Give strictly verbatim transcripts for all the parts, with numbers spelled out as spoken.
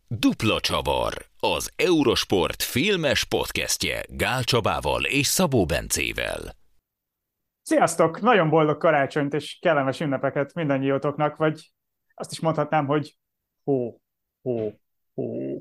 Dupla csavar, az Eurosport filmes podcastje Gál Csabával és Szabó Bencével. Sziasztok! Nagyon boldog karácsonyt és kellemes ünnepeket mindannyiótoknak, vagy azt is mondhatnám, hogy hó, hó, hó.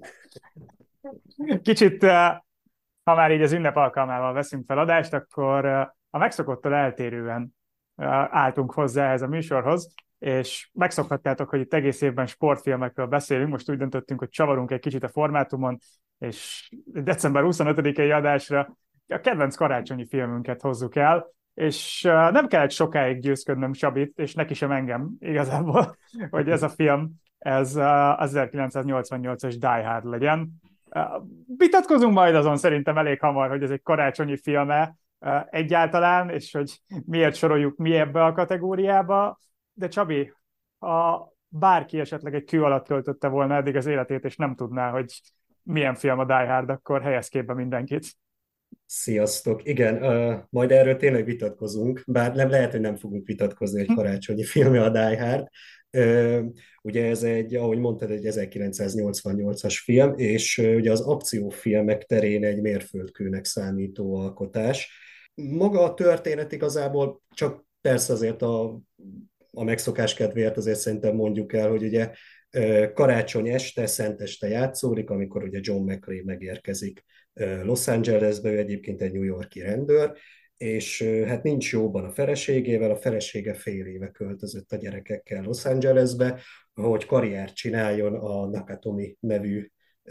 Kicsit, eh, ha már így az ünnep alkalmával veszünk fel adást, akkor eh, a megszokottól eltérően eh, álltunk hozzá ehhez a műsorhoz, és megszokhattátok, hogy itt egész évben sportfilmekről beszélünk, most úgy döntöttünk, hogy csavarunk egy kicsit a formátumon, és december huszonötödikei adásra a kedvenc karácsonyi filmünket hozzuk el, és uh, nem kellett sokáig győzködnöm Csabit, és neki sem engem igazából, hogy ez a film, ez uh, az ezerkilencszáznyolcvannyolcas Die Hard legyen. Uh, vitatkozunk majd azon szerintem elég hamar, hogy ez egy karácsonyi filme uh, egyáltalán, és hogy miért soroljuk mi ebbe a kategóriába. De Csabi, ha bárki esetleg egy kő alatt töltötte volna eddig az életét, és nem tudná, hogy milyen film a Die Hard, akkor helyez képbe mindenkit. Sziasztok! Igen, uh, majd erről tényleg vitatkozunk, bár nem lehet, hogy nem fogunk vitatkozni egy karácsonyi filmje a Die Hard. Uh, ugye ez egy, ahogy mondtad, egy ezerkilencszáznyolcvannyolcas film, és uh, ugye az akciófilmek terén egy mérföldkőnek számító alkotás. Maga a történet igazából csak persze azért a, a megszokás kedvéért azért szerintem mondjuk el, hogy ugye uh, karácsony este, szenteste játszódik, amikor ugye John McClane megérkezik Los Angelesbe, ő egyébként egy New York-i rendőr, és hát nincs jóban a feleségével, a felesége fél éve költözött a gyerekekkel Los Angelesbe, hogy karriert csináljon a Nakatomi nevű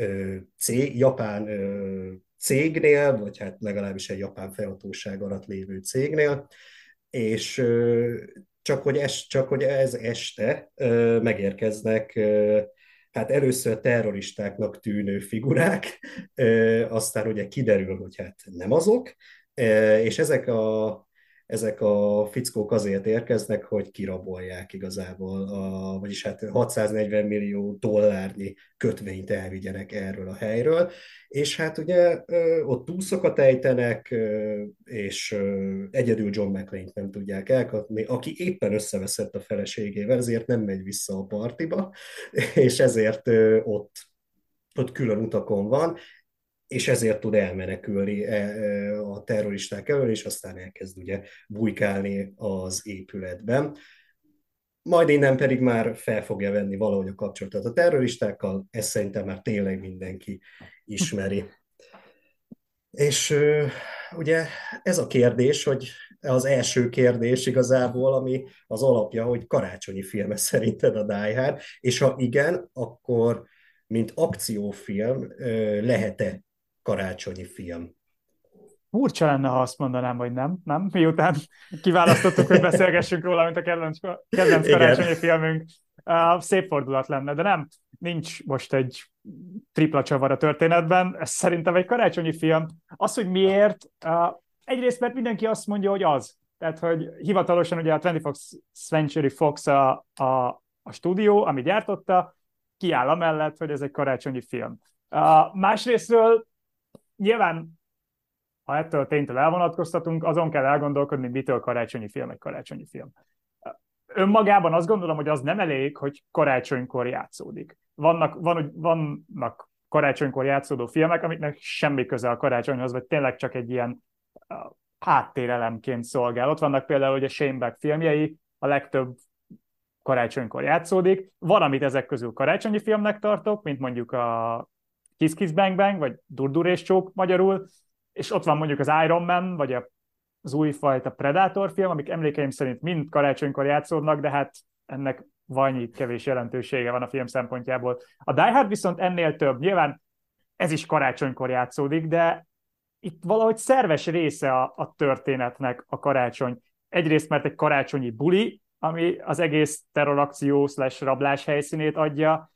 cég, japán cégnél, vagy hát legalábbis egy japán felhatóság alatt lévő cégnél, és csak hogy, es, csak hogy ez este megérkeznek hát először terroristáknak tűnő figurák, aztán ugye kiderül, hogy hát nem azok, és ezek a, ezek a fickók azért érkeznek, hogy kirabolják igazából, a, vagyis hát hatszáznegyven millió dollárnyi kötvényt elvigyenek erről a helyről, és hát ugye ott túszokat ejtenek, és egyedül John McClane-t nem tudják elkapni, aki éppen összeveszett a feleségével, ezért nem megy vissza a partiba, és ezért ott, ott külön utakon van, és ezért tud elmenekülni a terroristák elől, és aztán elkezd ugye bujkálni az épületben. Majd innen pedig már fel fogja venni valahogy a kapcsolatot a terroristákkal, ezt szerintem már tényleg mindenki ismeri. És ugye ez a kérdés, hogy az első kérdés igazából, ami az alapja, hogy karácsonyi filme szerinted a Die Hard, és ha igen, akkor mint akciófilm lehet-e karácsonyi film? Furcsa lenne, ha azt mondanám, hogy nem, nem? Miután kiválasztottuk, hogy beszélgessünk róla, mint a kedvenc, kedvenc Igen. karácsonyi filmünk. Uh, szép fordulat lenne, de nem, nincs most egy tripla csavar a történetben, ez szerintem egy karácsonyi film. Az, hogy miért, uh, egyrészt mert mindenki azt mondja, hogy az. Tehát, hogy hivatalosan ugye a huszonötödik Century Fox a, a, a stúdió, ami gyártotta, kiáll amellett, hogy ez egy karácsonyi film. Uh, másrésztről nyilván ha ettől a ténytől elvonatkoztatunk, azon kell elgondolkodni, mitől karácsonyi film egy karácsonyi film. Önmagában azt gondolom, hogy az nem elég, hogy karácsonykor játszódik. Vannak, van, vannak karácsonykor játszódó filmek, amiknek semmi köze a karácsonyhoz, vagy tényleg csak egy ilyen uh, háttérelemként szolgál. Ott vannak például ugye Shane Black filmjei, a legtöbb karácsonykor játszódik. Van, amit ezek közül karácsonyi filmnek tartok, mint mondjuk a Kiss Kiss Bang Bang, vagy Durdur és Csók magyarul, és ott van mondjuk az Iron Man, vagy az újfajta Predator film, amik emlékeim szerint mind karácsonykor játszódnak, de hát ennek annyi kevés jelentősége van a film szempontjából. A Die Hard viszont ennél több. Nyilván ez is karácsonykor játszódik, de itt valahogy szerves része a, a történetnek a karácsony. Egyrészt, mert egy karácsonyi buli, ami az egész terrorakció slash rablás helyszínét adja,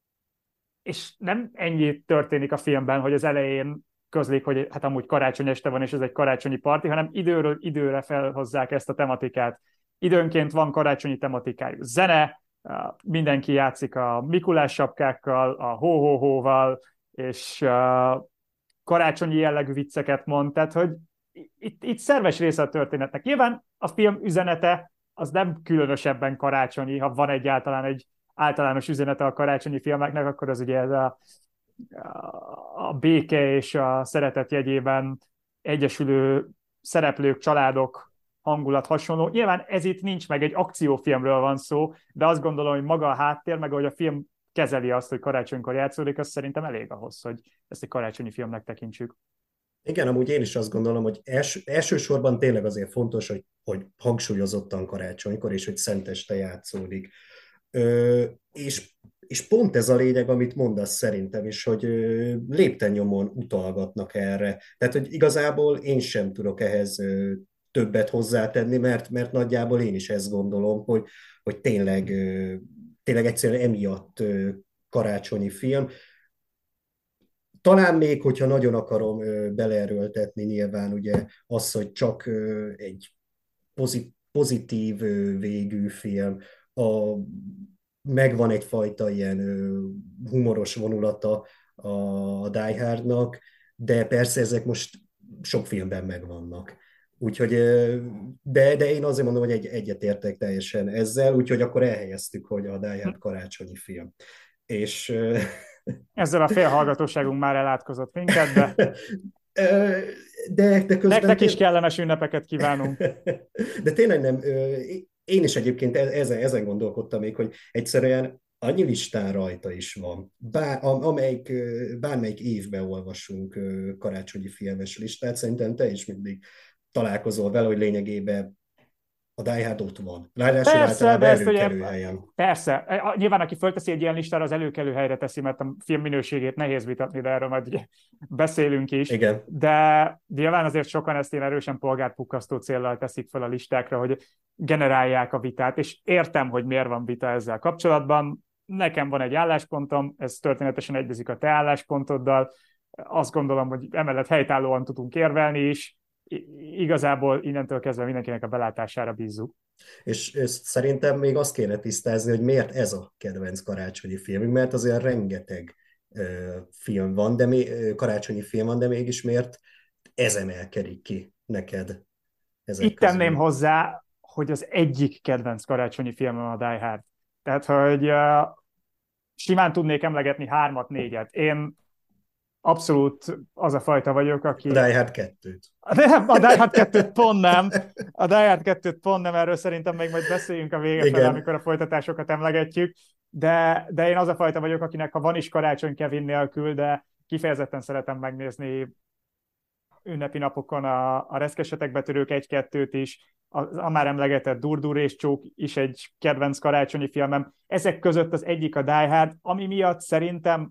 és nem ennyi történik a filmben, hogy az elején közlik, hogy hát amúgy karácsony este van, és ez egy karácsonyi parti, hanem időről időre felhozzák ezt a tematikát. Időnként van karácsonyi tematikájú zene, mindenki játszik a Mikulás sapkákkal, a ho-ho-hóval, és karácsonyi jellegű vicceket mond, tehát hogy itt, itt szerves része a történetnek. Nyilván a film üzenete az nem különösebben karácsonyi, ha van egyáltalán egy általános üzenete a karácsonyi filmeknek, akkor az ugye ez a, a béke és a szeretet jegyében egyesülő szereplők, családok, hangulat hasonló. Nyilván ez itt nincs meg, egy akciófilmről van szó, de azt gondolom, hogy maga a háttér, meg ahogy a film kezeli azt, hogy karácsonykor játszódik, az szerintem elég ahhoz, hogy ezt egy karácsonyi filmnek tekintsük. Igen, amúgy én is azt gondolom, hogy els, elsősorban tényleg azért fontos, hogy, hogy hangsúlyozottan karácsonykor, és hogy szenteste játszódik. Ö, és, és pont ez a lényeg, amit mondasz szerintem is, hogy ö, lépten-nyomon utalgatnak erre. Tehát, hogy igazából én sem tudok ehhez ö, többet hozzátenni, mert, mert nagyjából én is ezt gondolom, hogy, hogy tényleg, ö, tényleg egyszerűen emiatt ö, karácsonyi film. Talán még, hogyha nagyon akarom ö, beleerőltetni nyilván ugye az, hogy csak ö, egy pozit, pozitív ö, végű film, a, megvan egyfajta ilyen ö, humoros vonulata a, a Die Hardnak, de persze ezek most sok filmben megvannak. Úgyhogy, ö, de, de én azért mondom, hogy egy, egyetértek teljesen ezzel, úgyhogy akkor elhelyeztük, hogy a Die Hard karácsonyi film. És ö, Ezzel a félhallgatóságunk már elátkozott minket, de de, de közben... nektek is kellemes ünnepeket kívánunk. De tényleg nem, én is egyébként e-, ezen, ezen gondolkodtam még, hogy egyszerűen annyi listán rajta is van. Bár, amelyik, bármelyik évben olvasunk karácsonyi filmes listát, szerintem te is mindig találkozol vele, hogy lényegében a Die Hard ott van. Ráadásul Persze, de ezt előkelő ugye, helyen. persze. Nyilván, aki fölteszi egy ilyen listára, az előkelő helyre teszi, mert a film minőségét nehéz vitatni, de erről majd ugye beszélünk is. Igen. De nyilván azért sokan ezt ilyen erősen polgárpukkasztó céllal teszik fel a listákra, hogy generálják a vitát, és értem, hogy miért van vita ezzel kapcsolatban. Nekem van egy álláspontom, ez történetesen egyezik a te álláspontoddal. Azt gondolom, hogy emellett helytállóan tudunk érvelni is. Igazából innentől kezdve mindenkinek a belátására bízzuk. És, és szerintem még azt kéne tisztázni, hogy miért ez a kedvenc karácsonyi filmünk, mert azért rengeteg ö, film van, de mi, ö, karácsonyi film van, de mégis miért ez emelkedik ki neked ezek Itt közül? tenném hozzá, hogy az egyik kedvenc karácsonyi filmem a Die Hard. Tehát, hogy uh, simán tudnék emlegetni hármat, négyet. Én abszolút az a fajta vagyok, aki... A Die Hard kettőt. Nem, a Die Hard kettőt pont nem. A Die Hard kettőt pont nem, erről szerintem még majd beszéljünk a vége felé, amikor a folytatásokat emlegetjük. De, de én az a fajta vagyok, akinek ha van is karácsony Kevin nélkül, de kifejezetten szeretem megnézni ünnepi napokon a, a Reszkesetek betörők egy-kettőt is, a, a már emlegetett Durdur és Csók is egy kedvenc karácsonyi filmem. Ezek között az egyik a Die Hard, ami miatt szerintem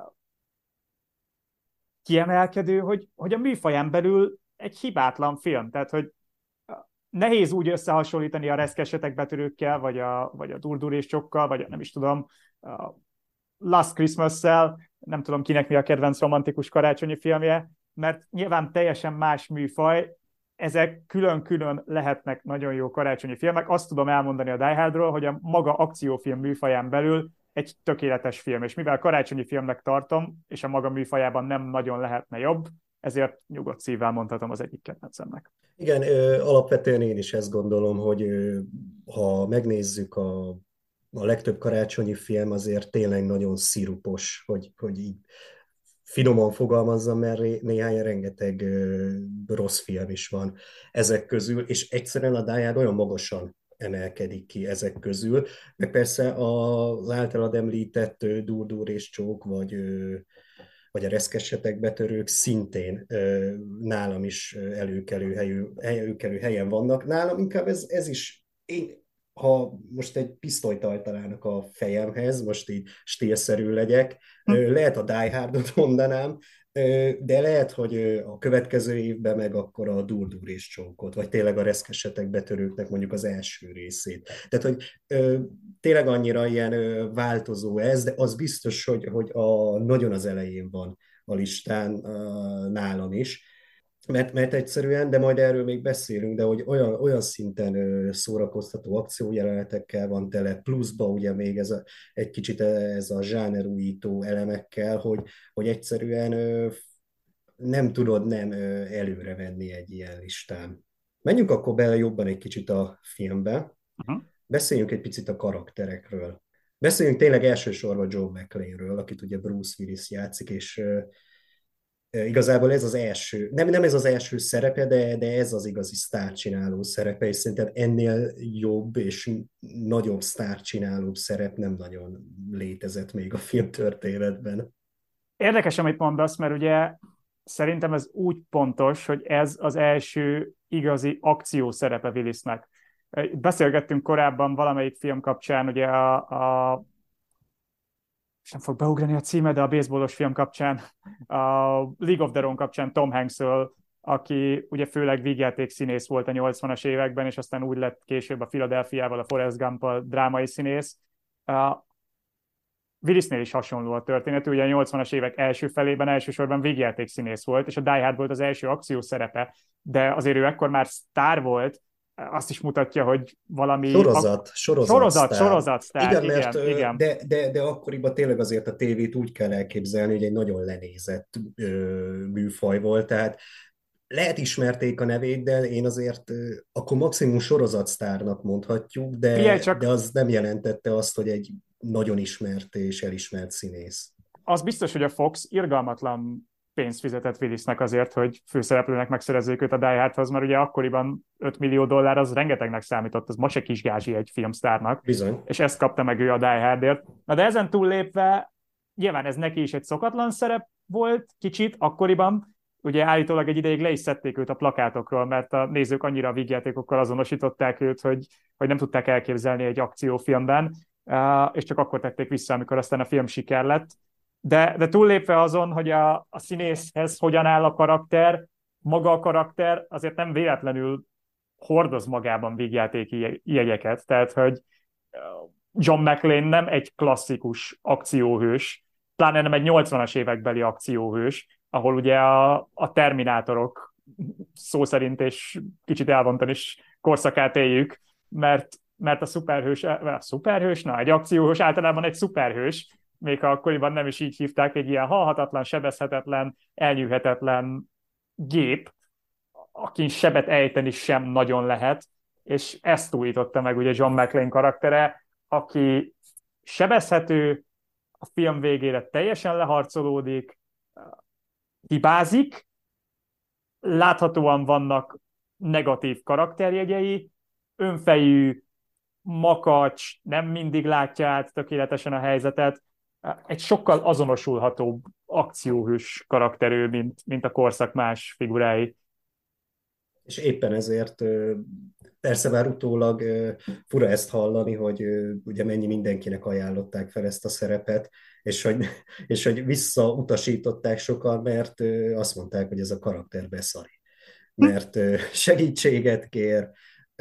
kiemelkedő, hogy, hogy a műfaján belül egy hibátlan film. Tehát, hogy nehéz úgy összehasonlítani a Reszkesetek betörőkkel, vagy a, vagy a Durdur és Csókkal, vagy a, nem is tudom, a Last Christmas-szel, nem tudom kinek mi a kedvenc romantikus karácsonyi filmje, mert nyilván teljesen más műfaj, ezek külön-külön lehetnek nagyon jó karácsonyi filmek. Azt tudom elmondani a Die Hardról, hogy a maga akciófilm műfaján belül egy tökéletes film, és mivel karácsonyi filmnek tartom, és a maga műfajában nem nagyon lehetne jobb, ezért nyugodt szívvel mondhatom az egyik kedvencemnek. Igen, ö, alapvetően én is ezt gondolom, hogy ö, ha megnézzük a, a legtöbb karácsonyi film, azért tényleg nagyon szirupos, hogy, hogy így finoman fogalmazzam, mert néhány rengeteg ö, rossz film is van ezek közül, és egyszerűen a Die Hard olyan magasan emelkedik ki ezek közül, meg persze az általad említett ö, Durdur és Csók, vagy, ö, vagy a Reszkesetek betörők szintén ö, nálam is előkelő, helyű, előkelő helyen vannak. Nálam inkább ez, ez is, én, ha most egy pisztolyt ajtalának a fejemhez, most így stílszerű legyek, lehet a Die Hardot mondanám, de lehet, hogy a következő évben meg akkor a Durdur és Csókot, vagy tényleg a Reszkesetek betörőknek mondjuk az első részét. Tehát, hogy tényleg annyira ilyen változó ez, de az biztos, hogy, hogy a, nagyon az elején van a listán nálam is. Mert, mert egyszerűen, de majd erről még beszélünk, de hogy olyan, olyan szinten ö, szórakoztató akciójelenetekkel van tele, pluszba ugye még ez a, egy kicsit ez a zsánerújító elemekkel, hogy, hogy egyszerűen ö, nem tudod nem ö, előre venni egy ilyen listán. Menjünk akkor bele jobban egy kicsit a filmbe. Uh-huh. Beszéljünk egy picit a karakterekről. Beszéljünk tényleg elsősorban John McClane-ről, akit ugye Bruce Willis játszik, és uh, igazából ez az első, nem, nem ez az első szerepe, de, de ez az igazi sztárcsináló szerepe, és szerintem ennél jobb és nagyobb sztárcsinálóbb szerep nem nagyon létezett még a filmtörténetben. Érdekes, amit mondasz, mert ugye szerintem ez úgy pontos, hogy ez az első igazi akció szerepe Willisnek. Beszélgettünk korábban valamelyik film kapcsán, ugye a, a és nem fog beugrani a címe, de a baseballos film kapcsán, a League of Their Own kapcsán Tom Hanks-ől, aki ugye főleg vígjáték színész volt a nyolcvanas években, és aztán úgy lett később a Philadelphiával, a Forrest Gump-al drámai színész. Willisnél is hasonló a történet, ugye a nyolcvanas évek első felében elsősorban vígjáték színész volt, és a Die Hard volt az első akció szerepe, de azért ő ekkor már sztár volt, azt is mutatja, hogy valami... Sorozat, sorozat, sorozat, sorozat sztár. Igen, igen, mert igen. De, de, de akkoriban tényleg azért a tévét úgy kell elképzelni, hogy egy nagyon lenézett ö, műfaj volt, tehát lehet ismerték a nevét, de én azért ö, akkor maximum sorozatsztárnak mondhatjuk, Figyelj de, csak, de az nem jelentette azt, hogy egy nagyon ismert és elismert színész. az biztos, hogy a Fox irgalmatlan pénzt fizetett Willisnek azért, hogy főszereplőnek megszerezzék őt a Die Hardhoz, mert ugye akkoriban öt millió dollár az rengetegnek számított, az ma se kis gázsi egy filmsztárnak, Bizony. és ezt kapta meg ő a Die Hardért. Na de ezen túllépve, nyilván ez neki is egy szokatlan szerep volt kicsit akkoriban, ugye állítólag egy ideig le is szedték őt a plakátokról, mert a nézők annyira a vígjátékokkal azonosították őt, hogy, hogy nem tudták elképzelni egy akciófilmben, és csak akkor tették vissza, amikor aztán a film siker lett. De, de túllépve azon, hogy a, a színészhez hogyan áll a karakter, maga a karakter azért nem véletlenül hordoz magában vígjátéki jegyeket. Tehát, hogy John McClane nem egy klasszikus akcióhős, pláne nem egy nyolcvanas évekbeli akcióhős, ahol ugye a, a terminátorok szó szerint és kicsit elvontan is korszakát éljük, mert, mert a szuperhős, a szuperhős, na, egy akcióhős általában egy szuperhős, még ha akkoriban nem is így hívták, egy ilyen halhatatlan, sebezhetetlen, elnyűhetetlen gép, akin sebet ejteni sem nagyon lehet, és ezt újította meg ugye John McClane karaktere, aki sebezhető, a film végére teljesen leharcolódik, hibázik, láthatóan vannak negatív karakterjegyei, önfejű, makacs, nem mindig látja át tökéletesen a helyzetet, egy sokkal azonosulhatóbb akcióhős karakterő, mint, mint a korszak más figurái. És éppen ezért persze már utólag fura ezt hallani, hogy ugye mennyi mindenkinek ajánlották fel ezt a szerepet, és hogy, és hogy visszautasították sokan, mert azt mondták, hogy ez a karakter beszari. Mert segítséget kér,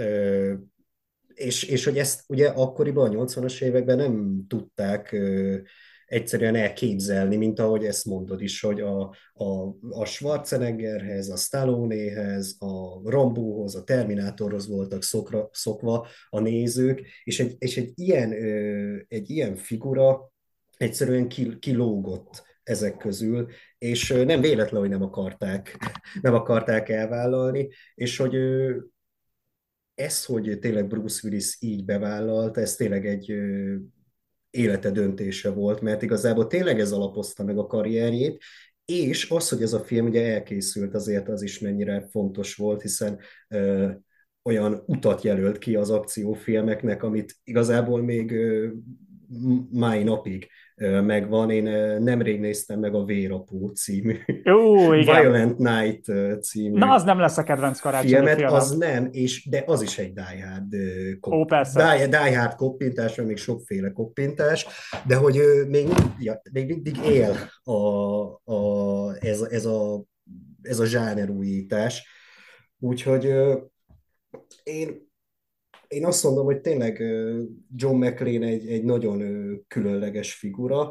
és, és hogy ezt ugye akkoriban, a nyolcvanas években nem tudták egyszerűen elképzelni, mint ahogy ezt mondod is, hogy a, a, a Schwarzeneggerhez, a Stallonéhez, a Rambóhoz, a Terminátorhoz voltak szokra, szokva a nézők, és egy, és egy, ilyen, egy ilyen figura egyszerűen kilógott ezek közül, és nem véletlen, hogy nem akarták, nem akarták elvállalni, és hogy ez, hogy tényleg Bruce Willis így bevállalt, ez tényleg egy élete döntése volt, mert igazából tényleg ez alapozta meg a karrierjét, és az, hogy ez a film ugye elkészült, azért az is mennyire fontos volt, hiszen ö, olyan utat jelölt ki az akciófilmeknek, amit igazából még ö, mai napig ö, megvan. Én ö, nemrég néztem meg a Vérapó című, Jó, igen. Violent Night című Na, az nem lesz a kedvenc karácsonyi filmet, filmem. az nem, és, de az is egy Die Hard, kop, Ó, persze. Die, die Hard koppintás, vagy még sokféle koppintás, de hogy ő még, ja, még mindig él a, a, ez, ez, a, ez a zsánerújítás. Úgyhogy én, én azt mondom, hogy tényleg John McClane egy, egy nagyon különleges figura,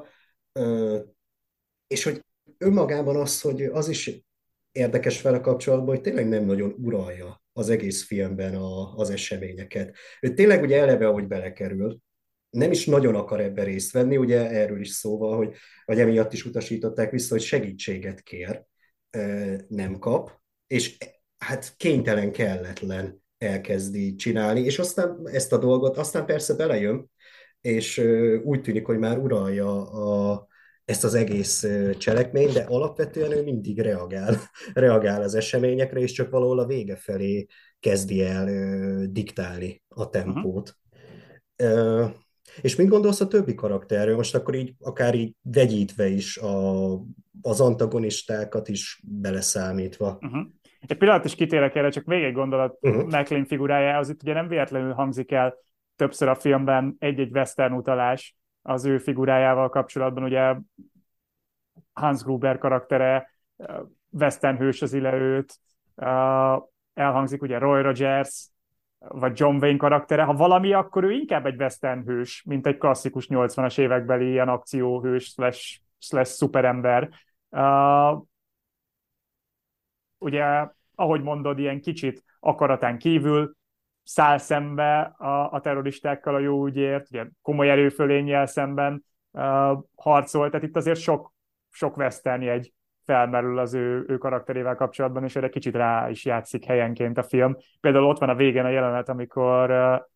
és hogy önmagában az, hogy az is érdekes vele kapcsolatban, hogy tényleg nem nagyon uralja az egész filmben a, az eseményeket. Ő tényleg ugye eleve, ahogy belekerül, nem is nagyon akar ebben részt venni, ugye erről is szóval, hogy, hogy emiatt is utasították vissza, hogy segítséget kér, nem kap, és hát kénytelen, kelletlen elkezdi csinálni, és aztán ezt a dolgot, aztán persze belejön, és úgy tűnik, hogy már uralja a, ezt az egész cselekményt, de alapvetően ő mindig reagál, reagál az eseményekre, és csak valahol a vége felé kezdi el diktálni a Uh-huh. tempót. És mit gondolsz a többi karakterről? Most akkor így, akár így vegyítve is a, az antagonistákat is beleszámítva. Uh-huh. Egy pillanat is kitérek erre, csak még egy gondolat Uh-huh. McLean figurájához. Itt ugye nem véletlenül hangzik el többször a filmben egy-egy western utalás az ő figurájával kapcsolatban. Ugye Hans Gruber karaktere, western hős az ille őt, elhangzik ugye Roy Rogers, vagy John Wayne karaktere. Ha valami, akkor ő inkább egy western hős, mint egy klasszikus nyolcvanas évekbeli ilyen akcióhős slash, slash szuperember. Uh, ugye, ahogy mondod, ilyen kicsit akaratán kívül száll szembe a, a terroristákkal a jó ügyért, ugye komoly erőfölénnyel szemben uh, harcol, tehát itt azért sok, sok western jegy felmerül az ő, ő karakterével kapcsolatban, és erre kicsit rá is játszik helyenként a film. Például ott van a végén a jelenet, amikor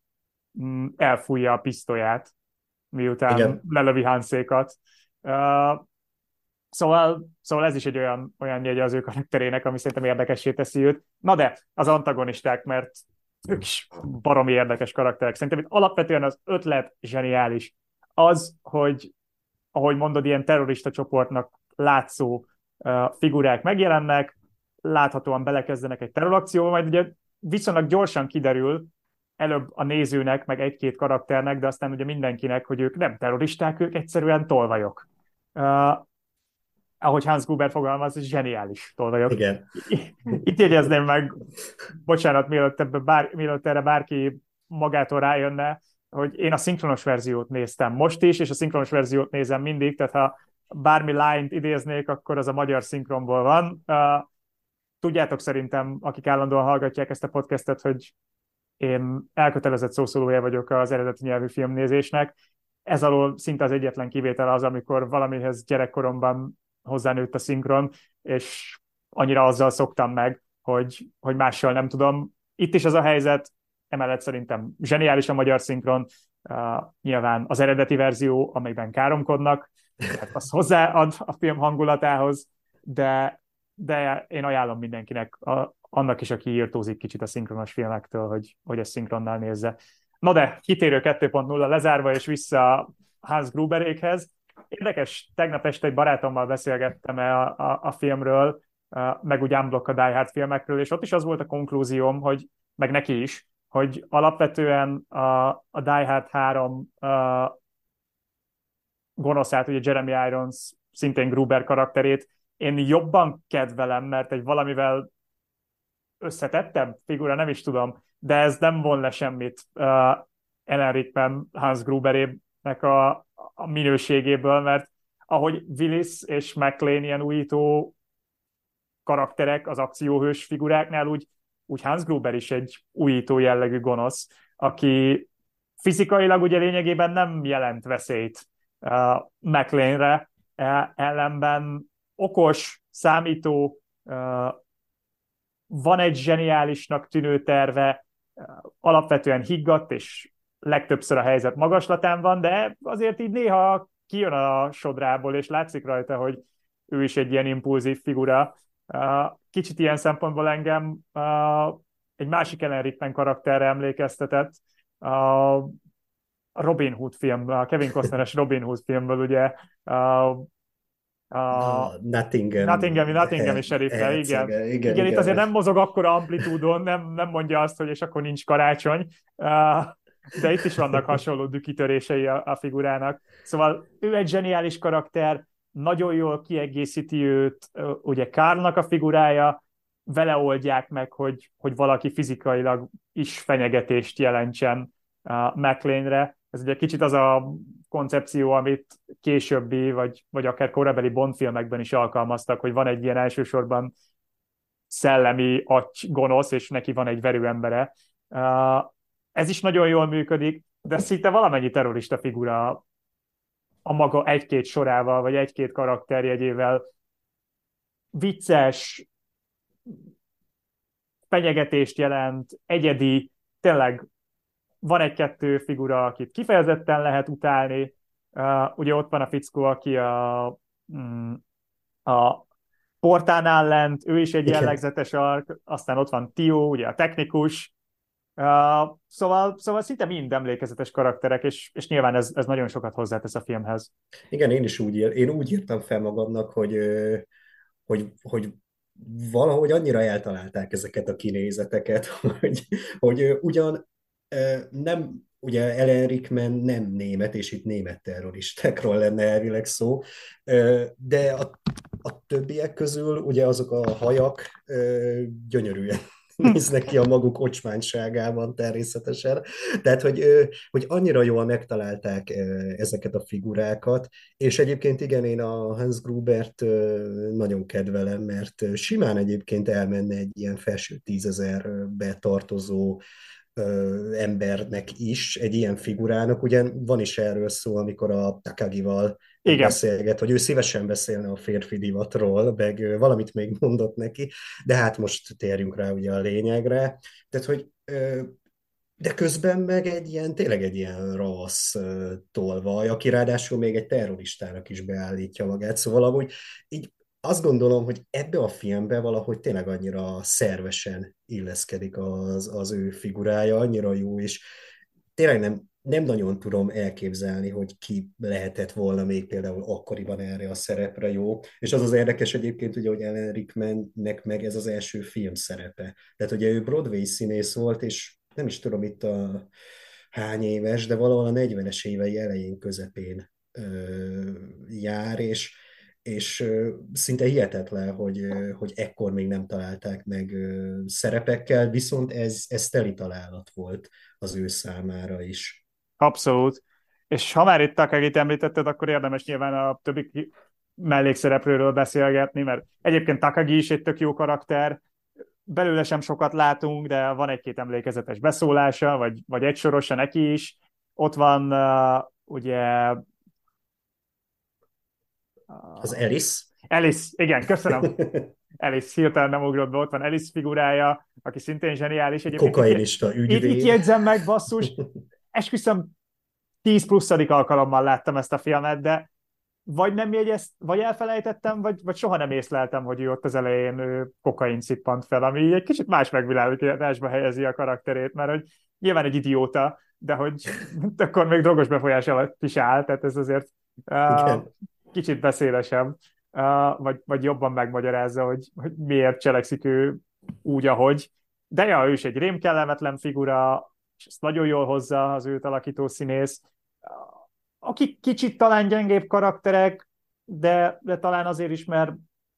uh, elfújja a pisztolyát, miután Igen, lelövi Hansékat. Uh, Szóval, szóval ez is egy olyan, olyan jegy az ő karakterének, ami szerintem érdekessé teszi őt. Na de, az antagonisták, mert ők is baromi érdekes karakterek. Szerintem itt alapvetően az ötlet zseniális. Az, hogy ahogy mondod, ilyen terrorista csoportnak látszó uh, figurák megjelennek, láthatóan belekezdenek egy terrorakcióba, majd ugye viszonylag gyorsan kiderül, előbb a nézőnek, meg egy-két karakternek, de aztán ugye mindenkinek, hogy ők nem terroristák, ők egyszerűen tolvajok. Uh, ahogy Hans Gruber fogalmaz, zseniális tolvajok. igen. Itt jegyezném meg, bocsánat, mielőtt, ebbe bár, mielőtt erre bárki magától rájönne, hogy én a szinkronos verziót néztem most is, és a szinkronos verziót nézem mindig, tehát ha bármi line-t idéznék, akkor az a magyar szinkronból van. Tudjátok szerintem, akik állandóan hallgatják ezt a podcastet, hogy én elkötelezett szószólója vagyok az eredeti nyelvű filmnézésnek. Ez alól szinte az egyetlen kivétel az, amikor valamihez gyerekkoromban hozzánőtt a szinkron, és annyira azzal szoktam meg, hogy, hogy mással nem tudom. Itt is az a helyzet, emellett szerintem zseniális a magyar szinkron, uh, nyilván az eredeti verzió, amelyben káromkodnak, tehát az hozzáad a film hangulatához, de, de én ajánlom mindenkinek, a, annak is, aki írtózik kicsit a szinkronos filmektől, hogy, hogy ezt szinkronnal nézze. Na de, kitérő kettő pont nulla lezárva, és vissza Hans Gruberékhez. Érdekes, tegnap este egy barátommal beszélgettem a, a, a filmről, meg úgy unblock a Die Hard filmekről, és ott is az volt a konklúzióm, hogy, meg neki is, hogy alapvetően a, a Die Hard három a gonoszát, ugye Jeremy Irons, szintén Gruber karakterét, én jobban kedvelem, mert egy valamivel összetettebb figura, nem is tudom, de ez nem von le semmit uh, Alan Rickman, Hans Gruberének a, a minőségéből, mert ahogy Willis és McClane ilyen újító karakterek az akcióhős figuráknál, úgy, úgy Hans Gruber is egy újító jellegű gonosz, aki fizikailag ugye lényegében nem jelent veszélyt uh, McClane-re, uh, ellenben okos, számító, uh, van egy zseniálisnak tűnő terve, alapvetően higgadt, és legtöbbször a helyzet magaslatán van, de azért így néha kijön a sodrából, és látszik rajta, hogy ő is egy ilyen impulzív figura. Kicsit ilyen szempontból engem egy másik Alan Rickman karakterre emlékeztetett, a Robin Hood film, a Kevin Costneres Robin Hood filmből, ugye a A Nottingham, Nottingham, Nottingham és sheriffre, igen. hercege. Igen, Igen, itt azért igen. nem mozog akkora amplitúdon, nem, nem mondja azt, hogy és akkor nincs karácsony, de itt is vannak hasonló dükitörései a, a figurának. Szóval ő egy zseniális karakter, nagyon jól kiegészíti őt, ugye Karlnak a figurája, vele oldják meg, hogy, hogy valaki fizikailag is fenyegetést jelentsen McClane-re. Ez ugye kicsit az a koncepció, amit későbbi, vagy, vagy akár korabeli Bond filmekben is alkalmaztak, hogy van egy ilyen elsősorban szellemi agy gonosz, és neki van egy verőembere. Ez is nagyon jól működik, de szinte valamennyi terrorista figura a maga egy-két sorával, vagy egy-két karakterjegyével vicces, fenyegetést jelent, egyedi, tényleg van egy-kettő figura, akit kifejezetten lehet utálni. Uh, ugye ott van a fickó, aki a, mm, a portánál lent, ő is egy Igen. jellegzetes ark, aztán ott van Tio, ugye a technikus, uh, szóval, szóval szinte mind emlékezetes karakterek, és, és nyilván ez, ez nagyon sokat hozzátesz a filmhez. Igen, én is úgy, ír, én úgy írtam fel magamnak, hogy, ö, hogy, hogy valahogy annyira eltalálták ezeket a kinézeteket, hogy, hogy ö, ugyan ö, nem, ugye Ellen Rickman nem német, és itt német terroristákról lenne elvileg szó, ö, de a, a többiek közül ugye azok a hajak ö, gyönyörűen néznek ki a maguk ocsmányságában természetesen. Tehát, hogy, ö, hogy annyira jól megtalálták ö, ezeket a figurákat, és egyébként igen, én a Hans Grubert ö, nagyon kedvelem, mert ö, simán egyébként elmenne egy ilyen felső tízezerbe tartozó ö, embernek is, egy ilyen figurának. Ugyan van is erről szó, amikor a Takagival Igen, beszélget, hogy ő szívesen beszélne a férfi divatról, meg ö, valamit még mondott neki, de hát most térjünk rá ugye a lényegre. Tehát, hogy ö, de közben meg egy ilyen, tényleg egy ilyen ravasz ö, tolvaj, aki ráadásul még egy terroristának is beállítja magát. Szóval amúgy így azt gondolom, hogy ebbe a filmbe valahogy tényleg annyira szervesen illeszkedik az, az ő figurája, annyira jó, és tényleg nem, nem nagyon tudom elképzelni, hogy ki lehetett volna még például akkoriban erre a szerepre jó. És az az érdekes egyébként, ugye, hogy Alan Rickmannek meg ez az első film szerepe. Tehát ugye ő Broadway színész volt, és nem is tudom itt a hány éves, de valahol a negyvenes évei elején, közepén ö, jár, és, és ö, szinte hihetetlen, hogy, ö, hogy ekkor még nem találták meg ö, szerepekkel, viszont ez, ez teli találat volt az ő számára is. abszolút. És ha már itt Takagit említetted, akkor érdemes nyilván a többi ki- mellékszereplőről beszélgetni, mert egyébként Takagi is egy tök jó karakter, belőle sem sokat látunk, de van egy-két emlékezetes beszólása, vagy, vagy egy sorosa neki is. Ott van uh, ugye Az uh, Alice. Alice, igen, köszönöm. Alice hirtelen nem ugrott be, ott van Alice figurája, aki szintén zseniális. Egyébként itt, Kokainista itt, itt ügyvéd. jegyzem meg, basszus, esküszöm, tíz pluszadik alkalommal láttam ezt a filmet, de vagy nem jegyezt, vagy elfelejtettem, vagy, vagy soha nem észleltem, hogy ő ott az elején ő, kokain szippant fel, ami egy kicsit más megvilágításba helyezi a karakterét, mert hogy nyilván egy idióta, de hogy akkor még drogos befolyás alatt is áll, tehát ez azért uh, Igen. kicsit beszélesebb, uh, vagy, vagy jobban megmagyarázza, hogy, hogy miért cselekszik ő úgy, ahogy. De ja, ő is egy rémkellemetlen figura, és ezt nagyon jól hozza az őt alakító színész, akik kicsit talán gyengébb karakterek, de, de talán azért is, mert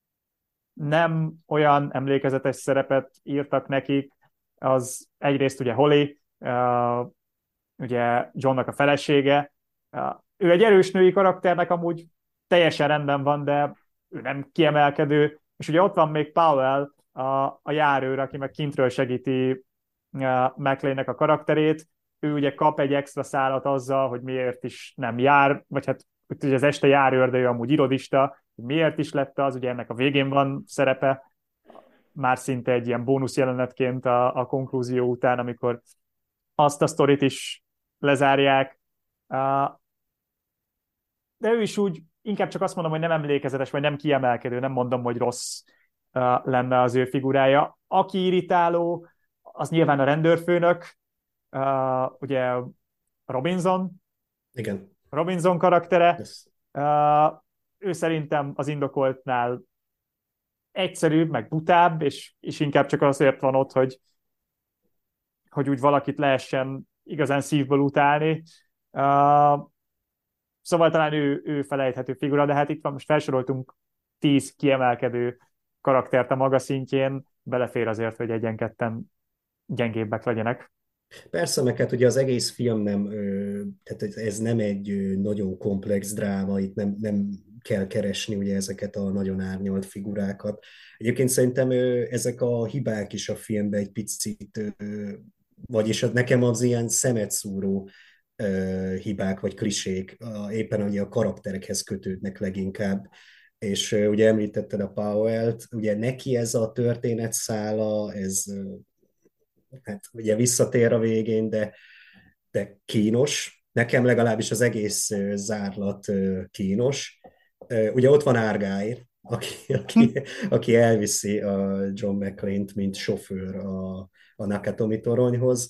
nem olyan emlékezetes szerepet írtak nekik, az egyrészt ugye Holly, uh, ugye Johnnak a felesége, uh, ő egy erős női karakternek amúgy teljesen rendben van, de ő nem kiemelkedő, és ugye ott van még Powell, a, a járőr, aki meg kintről segíti uh, McLean-nek a karakterét, ő ugye kap egy extra szálat azzal, hogy miért is nem jár, vagy hát ugye az este járőr, de ő amúgy irodista, hogy miért is lett az, ugye ennek a végén van szerepe, már szinte egy ilyen bónusz jelenetként a, a konklúzió után, amikor azt a sztorit is lezárják. Uh, de ő is úgy, inkább csak azt mondom, hogy nem emlékezetes, vagy nem kiemelkedő, nem mondom, hogy rossz uh, lenne az ő figurája. Aki irritáló, az nyilván a rendőrfőnök, uh, ugye Robinson, Igen. Robinson karaktere. Ez, Uh, ő szerintem az indokoltnál egyszerűbb, meg butább, és, és inkább csak azért van ott, hogy, hogy úgy valakit lehessen igazán szívből utálni. Uh, szóval talán ő, ő felejthető figura, de hát itt van, most felsoroltunk tíz kiemelkedő karaktert a maga szintjén, belefér azért, hogy egyen-ketten gyengébbek legyenek. persze, meg hát ugye az egész film nem, ö, tehát ez ez nem egy ö, nagyon komplex dráma, itt nem, nem kell keresni ugye ezeket a nagyon árnyalt figurákat. Egyébként szerintem ö, ezek a hibák is a filmben egy picit, ö, vagyis az- nekem az ilyen szemetszúró ö, hibák vagy klisék, a, éppen ugye a karakterekhez kötődnek leginkább. És ö, ugye említetted a Powell-t, ugye neki ez a történetszála, ez ö, hát ugye visszatér a végén, de de kínos. Nekem legalábbis az egész zárlat kínos. Ugye ott van Argyle, aki, aki, aki elviszi a John McClane-t, mint sofőr a, a Nakatomi toronyhoz.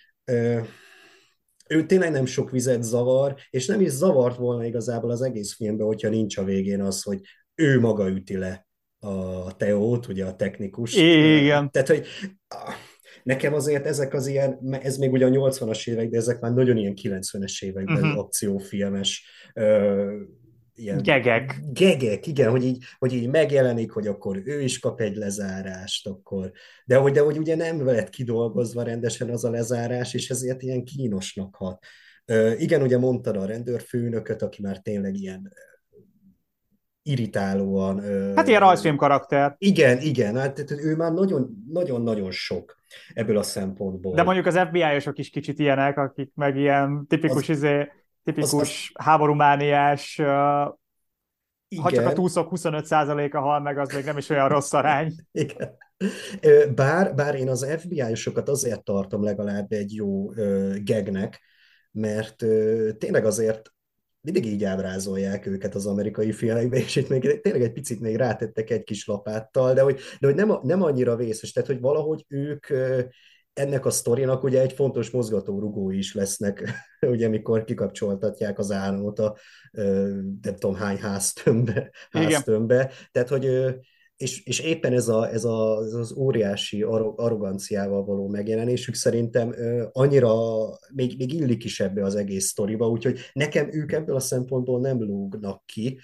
Ő tényleg nem sok vizet zavar, és nem is zavart volna igazából az egész filmben, hogyha nincs a végén az, hogy ő maga üti le a Teót, ugye a technikust. Igen. Tehát, hogy nekem azért ezek az ilyen, ez még ugye a nyolcvanas évek, de ezek már nagyon ilyen kilencvenes években Uh-huh. akciófilmes ö, ilyen Gegek. gegek, igen, hogy így, hogy így megjelenik, hogy akkor ő is kap egy lezárást, akkor, de hogy, de hogy ugye nem lett kidolgozva rendesen az a lezárás, és ezért ilyen kínosnak hat. Ö, igen, ugye mondtad a rendőrfőnököt, aki már tényleg ilyen irritálóan. Hát ilyen rajzfilm karakter. Igen, igen, hát ő már nagyon-nagyon sok ebből a De szempontból. mondjuk az ef bé i-osok is kicsit ilyenek, akik meg ilyen tipikus, Az, izé, az, az, tipikus háborúmániás, uh, ha csak a igen, túszok huszonöt százaléka hal meg, az még nem is olyan rossz arány. igen. Bár, bár én az ef bé i-osokat azért tartom legalább egy jó uh, gegnek, mert uh, tényleg azért mindig így ábrázolják őket az amerikai filmekben, és itt még tényleg egy picit még rátettek egy kis lapáttal, de hogy, de hogy nem, nem annyira vészes, tehát hogy valahogy ők ennek a sztorinak ugye egy fontos mozgatórugói is lesznek, ugye mikor kikapcsoltatják az államot a nem tudom hány háztömbbe, Igen. háztömbbe. Tehát, hogy és, és éppen ez, a, ez, a, ez az óriási arroganciával való megjelenésük szerintem annyira még, még illik is ebbe az egész sztoriba, úgyhogy nekem ők ebből a szempontból nem lógnak ki.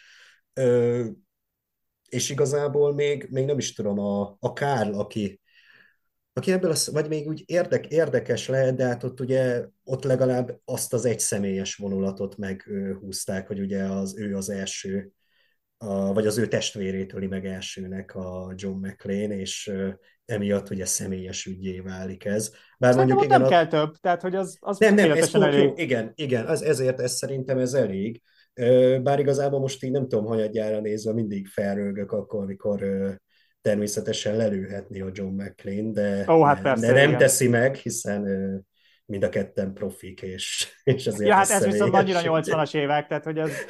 És igazából még, még nem is tudom, a, a Kárl, aki, aki ebből, a, vagy még úgy érdek, érdekes lehet, de hát ott ugye ott legalább azt az egy személyes vonulatot meghúzták, hogy ugye az, ő az első, a, vagy az ő testvérétől meg elsőnek a John McClane, és emiatt ugye személyes ügyé válik ez. Bár Szerintem mondjuk ott igen, nem a, kell több, tehát hogy az, az nem, nem, ez tökéletesen pont jó, elég. igen, igen, az, ezért ez szerintem ez elég. Bár igazából most így nem tudom, hanyadjára nézve mindig felrögök akkor, amikor természetesen lelőhetni a John McClane, de, Ó, hát de, de persze, nem igen. teszi meg, hiszen mind a ketten profik, és, és Ja, ezért ez hát ez viszont annyira személyes. nyolcvanas évek, tehát hogy ez...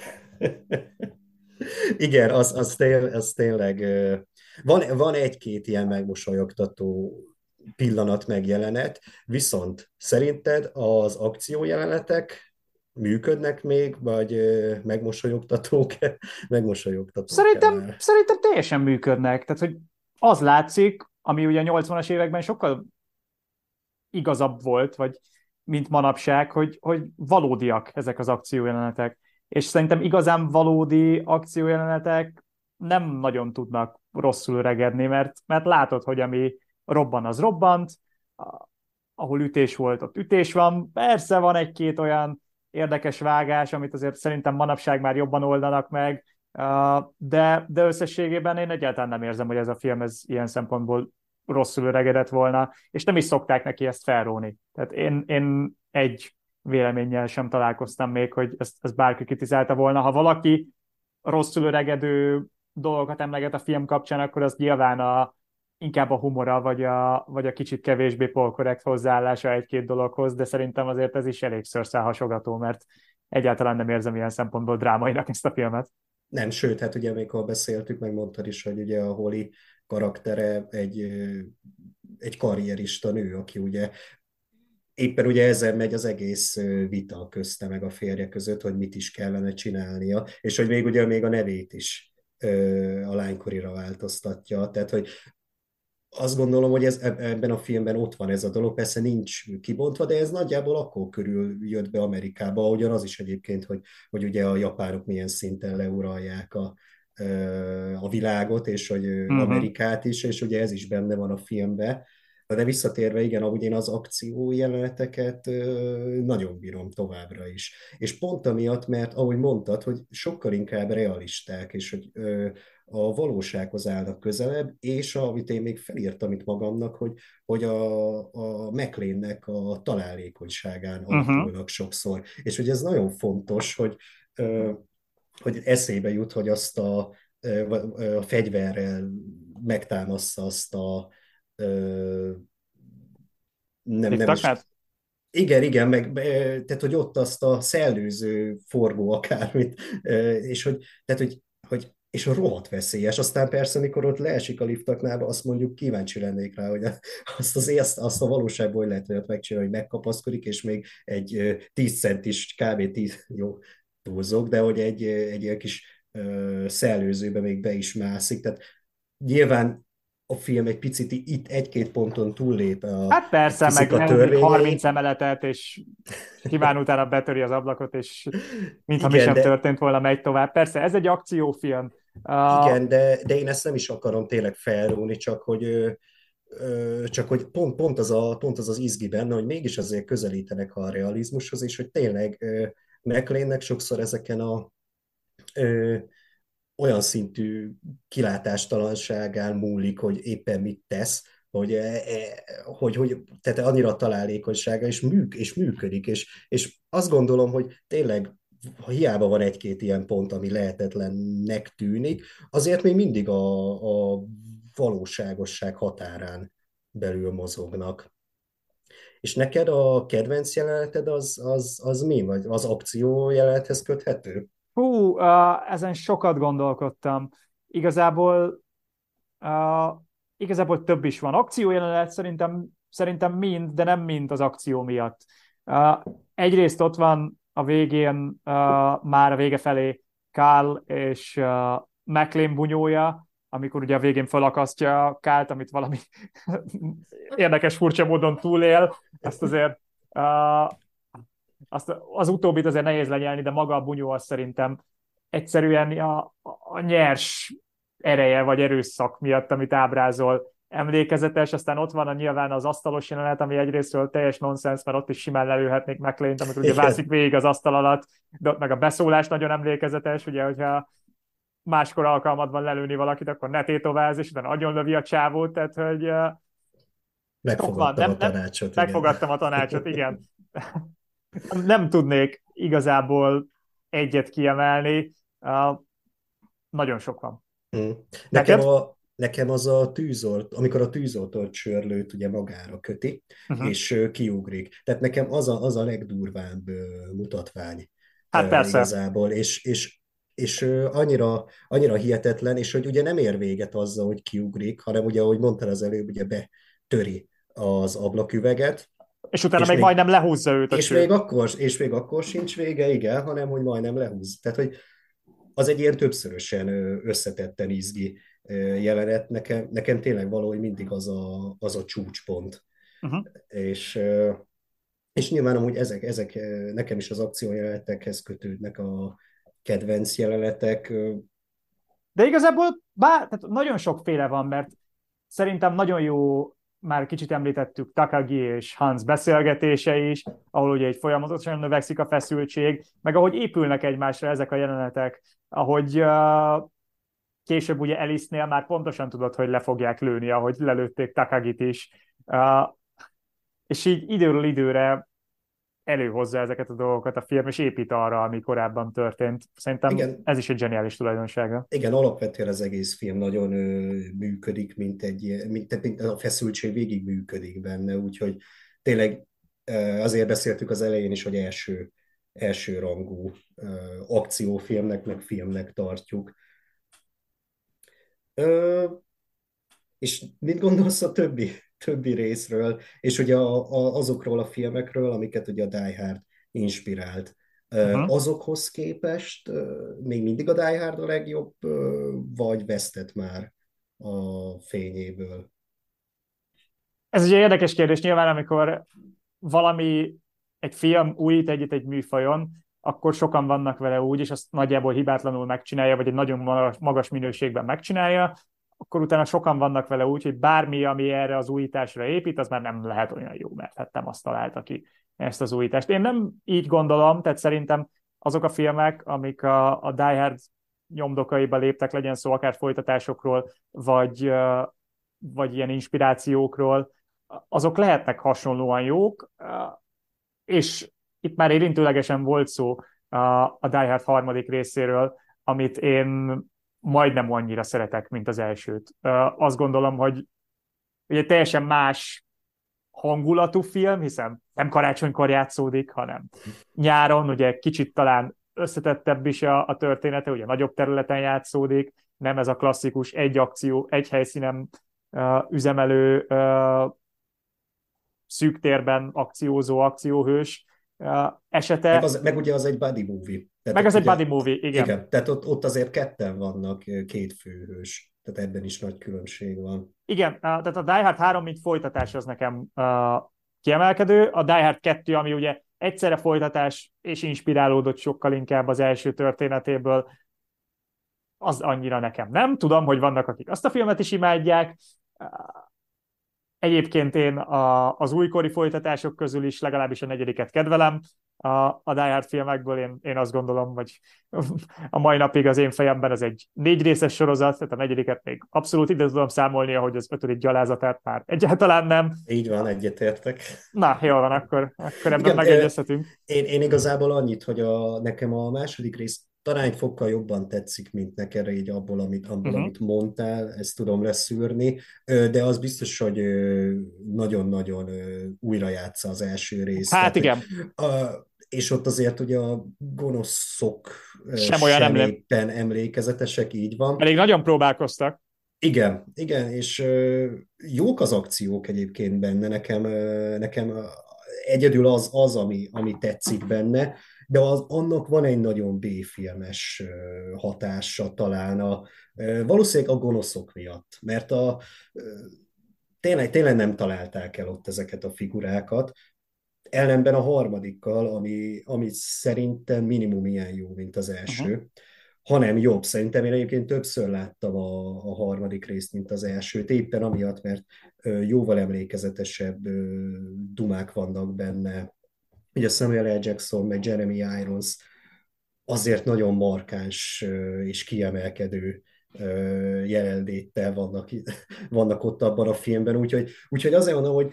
Igen, az, az, tény, az tényleg... Van, van egy-két ilyen megmosolyogtató pillanat, megjelenet, viszont szerinted az akciójelenetek működnek még, vagy megmosolyogtatók, megmosolyogtatók-e Szerintem, már? szerintem teljesen működnek. Tehát, hogy az látszik, ami ugye a nyolcvanas években sokkal igazabb volt, vagy mint manapság, hogy, hogy valódiak ezek az akciójelenetek. És szerintem igazán valódi akciójelenetek nem nagyon tudnak rosszul öregedni, mert, mert látod, hogy ami robban, az robbant, ahol ütés volt, ott ütés van. Persze van egy-két olyan érdekes vágás, amit azért szerintem manapság már jobban oldanak meg, de, de összességében én egyáltalán nem érzem, hogy ez a film ez ilyen szempontból rosszul öregedett volna, és nem is szokták neki ezt felróni. Tehát én, én egy véleménnyel sem találkoztam még, hogy ezt, ezt bárki kritizálta volna. Ha valaki rosszul öregedő dolgokat emleget a film kapcsán, akkor az nyilván a, inkább a humora, vagy a, vagy a kicsit kevésbé polkorrekt hozzáállása egy-két dologhoz, de szerintem azért ez is elég szőrszálhasogató, mert egyáltalán nem érzem ilyen szempontból drámainak ezt a filmet. Nem, sőt, hát ugye amikor beszéltük, megmondtad is, hogy ugye a Holly karaktere egy, egy karrierista nő, aki ugye éppen ugye ezzel megy az egész vita közte meg a férje között, hogy mit is kellene csinálnia, és hogy még ugye még a nevét is a lánykorira változtatja. Tehát, hogy azt gondolom, hogy ez, ebben a filmben ott van ez a dolog, persze nincs kibontva, de ez nagyjából akkor körül jött be Amerikába, ahogyan az is egyébként, hogy, hogy ugye a japánok milyen szinten leuralják a, a világot, és hogy Uh-huh. Amerikát is, és ugye ez is benne van a filmben. De visszatérve, igen, ahogy én az akció jeleneteket nagyon bírom továbbra is. És pont amiatt, mert ahogy mondtad, hogy sokkal inkább realisták, és hogy a valósághoz állnak közelebb, és amit én még felírtam itt magamnak, hogy, hogy a, a McLean-nek a találékonyságán Uh-huh. alapulnak sokszor. És hogy ez nagyon fontos, hogy, hogy eszébe jut, hogy azt a, a fegyverrel megtámassza azt a nem, nem is TikTokát? Igen, igen, meg, e, tehát, hogy ott azt a szellőző forgó akármit, e, és hogy, tehát, hogy, hogy és a rohadt veszélyes. Aztán persze, amikor ott leesik a liftaknál, azt mondjuk kíváncsi lennék rá, hogy a- azt az azt, azt a valóságból hogy lehet olyat megcsinálni, hogy megkapaszkodik, és még egy ö, tíz centis, kb. tíz, jó, túlzok, de hogy egy, ö, egy ilyen kis ö, szellőzőbe még be is mászik. Tehát nyilván a film egy picit itt egy-két ponton túllép a Hát persze, meg fizika leugrik harminc törvényein. emeletet, és kíván utána betöri az ablakot, és mintha mi Igen, sem de történt volna, megy tovább. Persze, ez egy akciófilm. Uh, igen, de, de én ezt nem is akarom tényleg felrúni, csak hogy ö, ö, csak hogy pont, pont, az a, pont az az izgi benne, hogy mégis azért közelítenek a realizmushoz, és hogy tényleg ö, McLeannek sokszor ezeken a ö, olyan szintű kilátástalanságán múlik, hogy éppen mit tesz, hogy, e, e, hogy, hogy tehát annyira találékonysága, és, műk, és működik, és, és azt gondolom, hogy tényleg ha hiába van egy-két ilyen pont, ami lehetetlennek tűnik, azért még mindig a, a valóságosság határán belül mozognak. És neked a kedvenc jeleneted az, az, az mi? Vagy az akció jelenethez köthető? hú, uh, ezen sokat gondolkodtam. Igazából, uh, igazából több is van. Akciójelenet szerintem, szerintem mind, de nem mind az akció miatt. Uh, egyrészt ott van a végén, uh, már a vége felé Carl és uh, McLean bunyója, amikor ugye a végén felakasztja Carlt, amit valami érdekes, furcsa módon túlél. Ezt azért uh, azt, az utóbbit azért nehéz lenyelni, de maga a bunyó az szerintem egyszerűen a, a nyers ereje vagy erőszak miatt, amit ábrázol, emlékezetes, aztán ott van a nyilván az asztalos jelenet, ami egyrésztről teljes nonsens, mert ott is simán lelőhetnék McLean-t, amikor ugye vászik Igen, végig az asztal alatt, de ott meg a beszólás nagyon emlékezetes, ugye, hogyha máskor alkalmad van lelőni valakit, akkor ne tétovázz, és utána agyonlövi a csávót, tehát hogy uh, sok van, megfogadtam nem, a nem, tanácsot, igen. megfogadtam a tanácsot, igen. Nem tudnék igazából egyet kiemelni, uh, nagyon sok van. Mm. Nekem, Neked? a, nekem az a tűzolt, amikor a tűzoltott sörlőt ugye magára köti, Uh-huh. és ö, kiugrik. Tehát nekem az a, az a legdurvább ö, mutatvány Hát ö, persze. igazából, és, és, és ö, annyira, annyira hihetetlen, és hogy ugye nem ér véget azzal, hogy kiugrik, hanem ugye, ahogy mondtad az előbb, ugye betöri az ablaküveget, És utána és még még, majdnem lehúzza őt a és még cső. akkor, és még akkor sincs vége, igen, hanem hogy majdnem lehúz. Tehát, hogy az egy ilyen többszörösen ö, összetetten izgi ö, jelenet. Nekem, nekem tényleg valahogy mindig az a, az a csúcspont. Uh-huh. És, ö, és nyilván amúgy ezek, ezek ö, nekem is az akciójelenetekhez kötődnek a kedvenc jelenetek. Ö, De igazából bár, tehát nagyon sokféle van, mert szerintem nagyon jó, már kicsit említettük Takagi és Hans beszélgetése is, ahol ugye egy folyamatosan növekszik a feszültség, meg ahogy épülnek egymásra ezek a jelenetek, ahogy uh, később ugye Alice-nél már pontosan tudod, hogy le fogják lőni, ahogy lelőtték Takagit is. Uh, és így időről időre előhozza ezeket a dolgokat a film, és épít arra, ami korábban történt. Szerintem igen, ez is egy zseniális tulajdonsága. igen, alapvetően az egész film nagyon ö, működik, mint egy, ilyen- mint, mint a feszültség végig működik benne, úgyhogy tényleg ö, azért beszéltük az elején is, hogy első, első rangú ö, akciófilmnek, meg filmnek tartjuk. Ö, és mit gondolsz a többi, többi részről, és ugye a, a, azokról a filmekről, amiket ugye a Die Hard inspirált? Ö, Uh-huh. azokhoz képest ö, még mindig a Die Hard a legjobb, ö, vagy vesztett már a fényéből? Ez egy érdekes kérdés. Nyilván, amikor valami, egy film újít egyet egy műfajon, akkor sokan vannak vele úgy, és azt nagyjából hibátlanul megcsinálja, vagy egy nagyon magas, magas minőségben megcsinálja, akkor utána sokan vannak vele úgy, hogy bármi, ami erre az újításra épít, az már nem lehet olyan jó, mert hát nem azt találta ki ezt az újítást. Én nem így gondolom, tehát szerintem azok a filmek, amik a, a Die Hard nyomdokaiba léptek, legyen szó akár folytatásokról, vagy, vagy ilyen inspirációkról, azok lehetnek hasonlóan jók, és itt már érintőlegesen volt szó a Die Hard harmadik részéről, amit én majdnem annyira szeretek, mint az elsőt. Azt gondolom, hogy ugye teljesen más hangulatú film, hiszen nem karácsonykor játszódik, hanem nyáron, ugye kicsit talán összetettebb is a, a története, ugye nagyobb területen játszódik, nem ez a klasszikus egy akció, egy helyszínen uh, üzemelő uh, szűk térben akciózó akcióhős uh, esete. Meg, az, meg ugye az egy buddy movie. Tehát meg az egy ugye, buddy movie, igen. igen. Tehát ott, ott azért ketten vannak, két főhős. Tehát ebben is nagy különbség van. Igen, uh, tehát a Die Hard három, mint folytatás, az nekem uh, kiemelkedő. A Die Hard kettő, ami ugye egyszerre folytatás, és inspirálódott sokkal inkább az első történetéből, az annyira nekem nem. Tudom, hogy vannak, akik azt a filmet is imádják. Egyébként én a, az újkori folytatások közül is legalábbis a negyediket kedvelem. A, a Die Hard filmekből én, én azt gondolom, hogy a mai napig az én fejemben ez egy négy részes sorozat, tehát a negyediket még abszolút ide tudom számolni, ahogy az ötödik gyalázatát már egyáltalán nem. Így van, egyetértek. Na, jól van, akkor, akkor ebben Igen, megegyezhetünk. Én, én igazából annyit, hogy a, nekem a második rész talán egy fokkal jobban tetszik, mint neked így abból, amit, abból, uh-huh. amit mondtál, ezt tudom leszűrni, de az biztos, hogy nagyon-nagyon újra játsza az első részt. Hát igen. A, és ott azért ugye a gonoszok sem, olyan sem emlé... éppen emlékezetesek, így van. Elég nagyon próbálkoztak. Igen, igen, és jók az akciók egyébként benne, nekem, nekem egyedül az, az ami, ami tetszik benne, de az, annak van egy nagyon B-filmes hatása talán, a, valószínűleg a gonoszok miatt, mert a, tényleg, tényleg nem találták el ott ezeket a figurákat, ellenben a harmadikkal, ami, ami szerintem minimum ilyen jó, mint az első, uh-huh. hanem jobb. Szerintem én egyébként többször láttam a, a harmadik részt, mint az elsőt, éppen amiatt, mert jóval emlékezetesebb dumák vannak benne. Ugye Samuel L. Jackson, meg Jeremy Irons azért nagyon markáns és kiemelkedő jelenléttel vannak, vannak ott abban a filmben, úgyhogy, úgyhogy azért mondom, hogy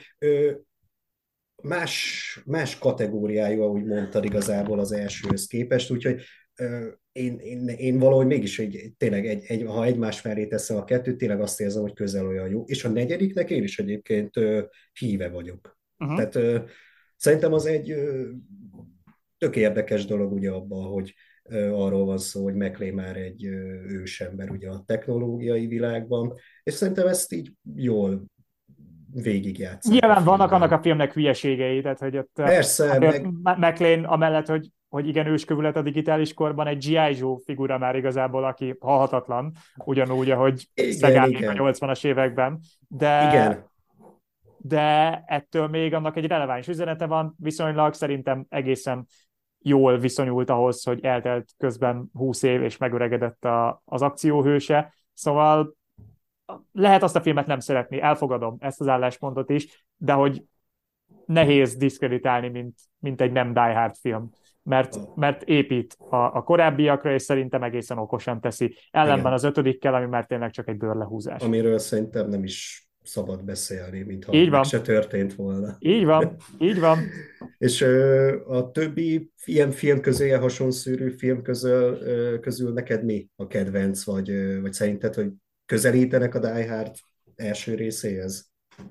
más, más kategóriájú, ahogy mondtad igazából az elsőhöz képest, úgyhogy én, én, én valahogy mégis egy, tényleg, egy, egy, ha egymás mellé teszem a kettőt, tényleg azt érzem, hogy közel olyan jó. És a negyediknek én is egyébként híve vagyok. Uh-huh. Tehát szerintem az egy tök érdekes dolog ugye abban, hogy arról van szó, hogy McLean már egy ősember ugye a technológiai világban, és szerintem ezt így jól végigjátszák. Nyilván vannak annak a filmnek hülyeségei, tehát hogy ott persze, meg... McLean amellett, hogy, hogy igen, őskövület a digitális korban, egy G I. Joe figura már igazából, aki halhatatlan, ugyanúgy, ahogy Szegányék a nyolcvanas években, de, igen. de ettől még annak egy releváns üzenete van, viszonylag szerintem egészen jól viszonyult ahhoz, hogy eltelt közben húsz év, és megöregedett a, az akcióhőse, szóval lehet azt a filmet nem szeretni, elfogadom ezt az álláspontot is, de hogy nehéz diszkreditálni, mint, mint egy nem Die Hard film, mert, mert épít a, a korábbiakra, és szerintem egészen okosan teszi. Ellenben igen. Az ötödikkel, ami már tényleg csak egy bőrlehúzás. Amiről szerintem nem is szabad beszélni, mintha meg se történt volna. Így van, így van. És ö, a többi ilyen film közé, ilyen hasonszűrű film közül, ö, közül neked mi a kedvenc, vagy, ö, vagy szerinted, hogy közelítenek a Die Hard első részéhez?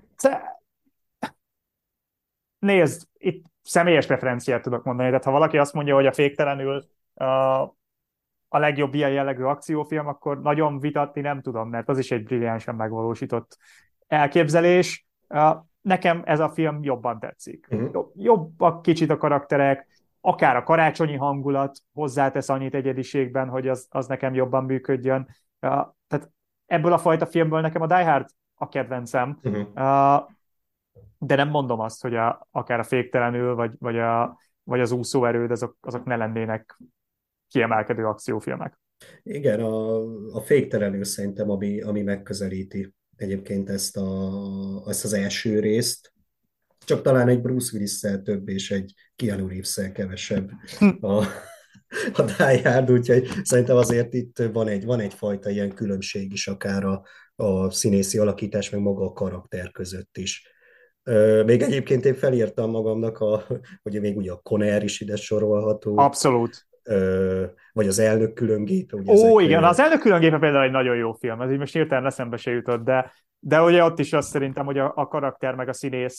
Nézd, itt személyes preferenciát tudok mondani, tehát ha valaki azt mondja, hogy a Féktelenül a, a legjobb ilyen jellegű akciófilm, akkor nagyon vitatni nem tudom, mert az is egy brilliánsan megvalósított elképzelés. Nekem ez a film jobban tetszik. Uh-huh. Jobbak kicsit a karakterek, akár a karácsonyi hangulat hozzátesz annyit egyediségben, hogy az, az nekem jobban működjön. Tehát ebből a fajta filmből nekem a Die Hard a kedvencem, uh-huh. de nem mondom azt, hogy a, akár a Féktelenül, vagy, vagy, a, vagy az Úszóerőd, azok, azok ne lennének kiemelkedő akciófilmek. Igen, a, a Féktelenül szerintem, ami, ami megközelíti egyébként ezt, a, ezt az első részt, csak talán egy Bruce Willis-szel több, és egy Keanu Reeves-szel kevesebb a, a Die Hard, úgyhogy szerintem azért itt van, egy, van egyfajta ilyen különbség is, akár a, a színészi alakítás, meg maga a karakter között is. Még egyébként én felírtam magamnak, a, hogy még ugye a Conner is ide sorolható. Abszolút. Vagy az Elnök különgépe. Ó, ezek, igen, az Elnök különgépe például egy nagyon jó film, ez így most hirtelen eszembe se jutott, de, de ugye ott is azt szerintem, hogy a, a karakter meg a színész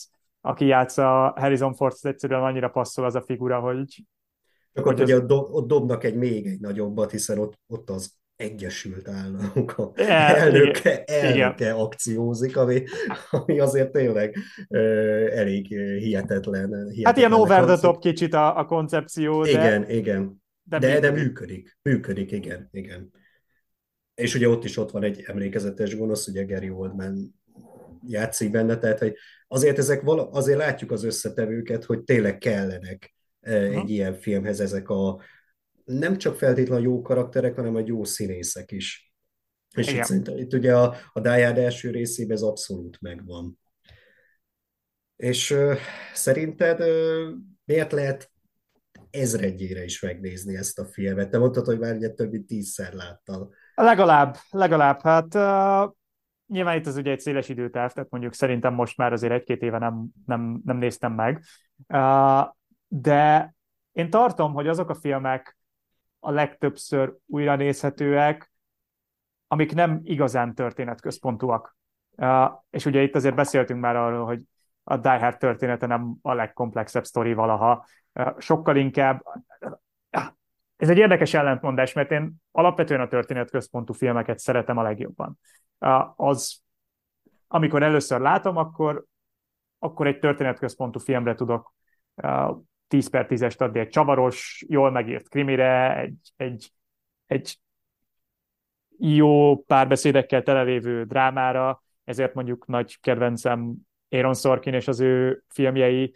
aki játsza Harrison Ford, egyszerűen annyira passzol az a figura, hogy, Csak ott hogy ugye az... ott, dob, ott dobnak egy még egy nagyobbat, hiszen ott, ott az Egyesült Államok a E, igen, elnöke, igen. elnöke akciózik, ami, ami azért tényleg ö, elég hihetetlen, Hát ilyen hihetetlennek over the hangzik. top kicsit a, a koncepció, de, Igen, igen. de De, de működik. működik. Működik, igen, igen. És ugye ott is ott van egy emlékezetes gonosz, ugye Gary Oldman játszik benne, tehát hogy azért ezek vala, azért látjuk az összetevőket, hogy tényleg kellenek egy Uh-huh. ilyen filmhez ezek a nem csak feltétlenül jó karakterek, hanem a jó színészek is. És itt Igen. szerintem itt ugye a, a Die Hard első részében ez abszolút megvan. És uh, szerinted uh, miért lehet ezredjére is megnézni ezt a filmet? Te mondtad, hogy már ugye több mint tízszer láttál. Legalább, legalább. Hát uh, nyilván itt az ugye egy széles időtáv, tehát mondjuk szerintem most már azért egy-két éve nem, nem, nem néztem meg. Uh, de én tartom, hogy azok a filmek a legtöbbször újra nézhetőek, amik nem igazán történetközpontúak. Uh, és ugye itt azért beszéltünk már arról, hogy a Die Hard története nem a legkomplexebb sztori valaha. Uh, sokkal inkább... Ez egy érdekes ellentmondás, mert én alapvetően a történetközpontú filmeket szeretem a legjobban. Uh, az, amikor először látom, akkor, akkor egy történetközpontú filmre tudok uh, tíz per tízest adni, egy csavaros, jól megírt krimire, egy, egy, egy jó párbeszédekkel telelévő drámára, ezért mondjuk nagy kedvencem Aaron Sorkin és az ő filmjei,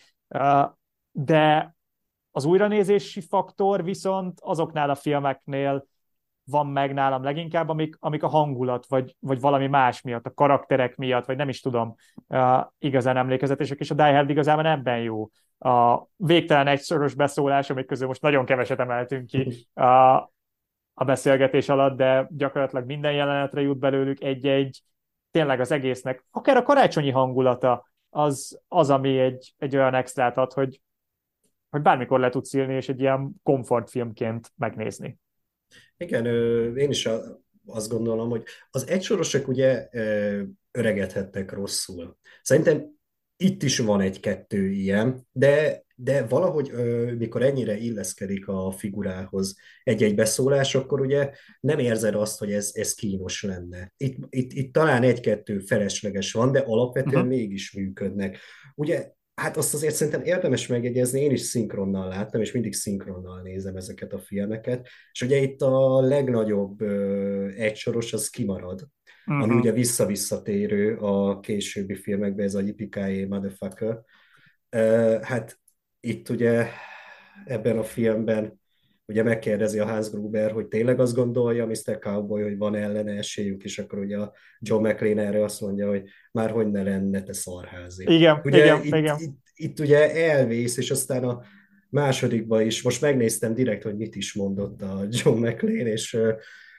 de az újranézési faktor viszont azoknál a filmeknél van meg nálam leginkább, amik, amik a hangulat, vagy, vagy valami más miatt, a karakterek miatt, vagy nem is tudom, uh, igazán emlékezetesek, és a Die Hard igazán ebben jó. A végtelen egyszoros beszólás, amik közül most nagyon keveset emeltünk ki, uh, a beszélgetés alatt, de gyakorlatilag minden jelenetre jut belőlük egy-egy, tényleg az egésznek, akár a karácsonyi hangulata, az, az ami egy, egy olyan extrát ad, hogy, hogy bármikor le tudsz ülni, és egy ilyen komfortfilmként megnézni. Igen, ö, én is a, azt gondolom, hogy az egysorosok ugye ö, öregedhettek rosszul. Szerintem itt is van egy-kettő ilyen, de, de valahogy, ö, mikor ennyire illeszkedik a figurához egy-egy beszólás, akkor ugye nem érzed azt, hogy ez, ez kínos lenne. Itt, itt, itt talán egy-kettő felesleges van, de alapvetően Uh-huh. mégis működnek. Ugye hát azt azért szerintem érdemes megjegyezni, én is szinkronnal láttam, és mindig szinkronnal nézem ezeket a filmeket, és ugye itt a legnagyobb ö, egysoros az kimarad, ami Uh-huh. ugye vissza-visszatérő a későbbi filmekben, ez a Yippee Motherfucker. Ö, hát itt ugye ebben a filmben ugye megkérdezi a Hans Gruber, hogy tényleg azt gondolja miszter Cowboy, hogy van ellene esélyük, és akkor ugye a John McClane erre azt mondja, hogy már hogy ne lenne, te szarházi. Igen, Ugye igen, itt, igen. itt, itt ugye elvész, és aztán a másodikban is, most megnéztem direkt, hogy mit is mondott a John McClane, és uh,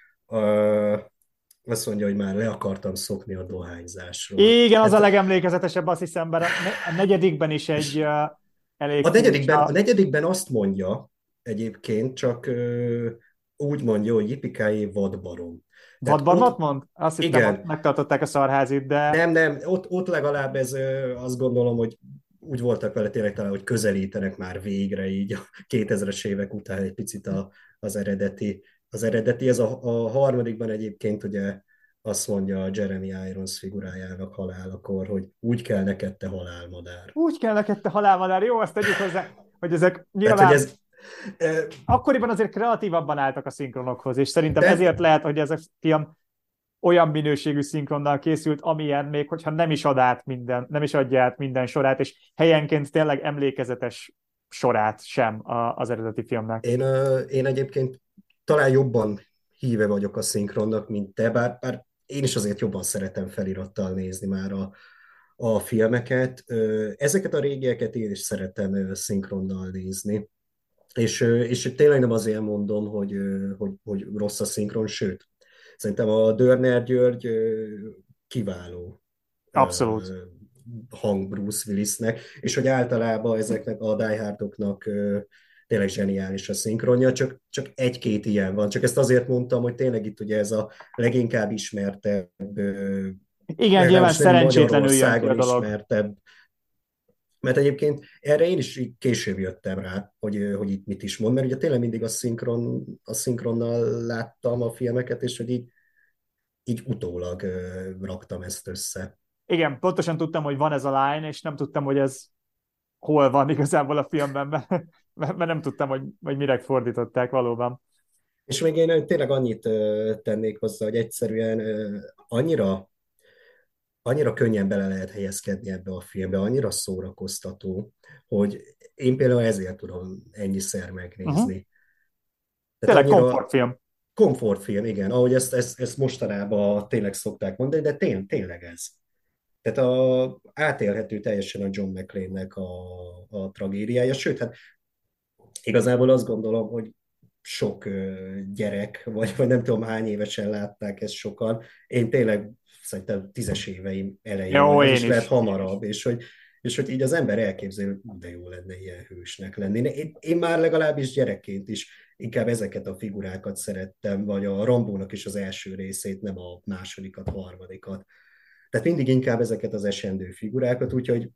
uh, azt mondja, hogy már le akartam szokni a dohányzásról. Igen, az a Hát, legemlékezetesebb, azt hiszem, bár a, ne- a negyedikben is egy és uh, elég a negyedikben, a furcsa. negyedikben azt mondja egyébként, csak ö, úgy mondja, hogy Yippee vadbarom. Tehát Vadbarmat ott, mond? Azt hittem, ott igen, megtartották a szarházit, de nem, nem, ott, ott legalább ez ö, azt gondolom, hogy úgy voltak vele tényleg talán, hogy közelítenek már végre így a kétezres évek után egy picit a, az eredeti. Az eredeti, ez a, a harmadikban egyébként ugye azt mondja a Jeremy Irons figurájának halálakor, hogy úgy kell neked, te halálmadár. úgy kell neked te halálmadár. Jó, azt tegyük hozzá, hogy ezek Tehát, hogy nyilván ez, ö, akkoriban azért kreatívabban álltak a szinkronokhoz, és szerintem de ezért lehet, hogy ez a film olyan minőségű szinkronnal készült, amilyen még, hogyha nem is ad át minden, nem is adja át minden sorát, és helyenként tényleg emlékezetes sorát sem a, az eredeti filmnek. Én, ö, én egyébként talán jobban híve vagyok a szinkronnak, mint te, bár, bár én is azért jobban szeretem felirattal nézni már a, a filmeket. Ö, Ezeket a régieket én is szeretem ö, szinkronnal nézni. És, ö, és tényleg nem azért mondom, hogy, ö, hogy, hogy rossz a szinkron, sőt, szerintem a Dörner György ö, kiváló ö, Abszolút. hang Bruce Willisnek, és hogy általában ezeknek a Die Hardoknak ö, tényleg zseniális a szinkronja, csak, csak egy-két ilyen van. Csak ezt azért mondtam, hogy tényleg itt ugye ez a leginkább ismertebb, ö, Igen, nyilván legalábbis nem szerencsétlenül jön ki a Magyarországon dolog. ismertebb Mert egyébként erre én is így később jöttem rá, hogy, hogy itt mit is mond, mert ugye tényleg mindig a, szinkron, a szinkronnal láttam a filmeket, és hogy így, így utólag ö, raktam ezt össze. Igen, pontosan tudtam, hogy van ez a line, és nem tudtam, hogy ez hol van igazából a filmben, mert, mert nem tudtam, hogy, hogy mire fordították valóban. És még én tényleg annyit ö, tennék hozzá, hogy egyszerűen ö, annyira annyira könnyen bele lehet helyezkedni ebbe a filmbe, annyira szórakoztató, hogy én például ezért tudom ennyiszer Uh-huh. megnézni. Tehát Tényleg annyira komfortfilm. komfortfilm, igen, ahogy ezt, ezt, ezt mostanában tényleg szokták mondani, de tény, tényleg ez. Tehát a, átélhető teljesen a John McClane-nek a, a tragédiája, sőt, hát igazából azt gondolom, hogy sok ö, gyerek, vagy, vagy nem tudom hány évesen látták ezt sokan. Én tényleg szerintem tízes éveim elején, vagy Jó, az én is lehet is. Én is. hamarabb, és hogy, és hogy így az ember elképzelő, de jó lenne ilyen hősnek lenni. Én, én már legalábbis gyerekként is inkább ezeket a figurákat szerettem, vagy a Rambónak is az első részét, nem a másodikat, harmadikat. Tehát mindig inkább ezeket az esendő figurákat, úgyhogy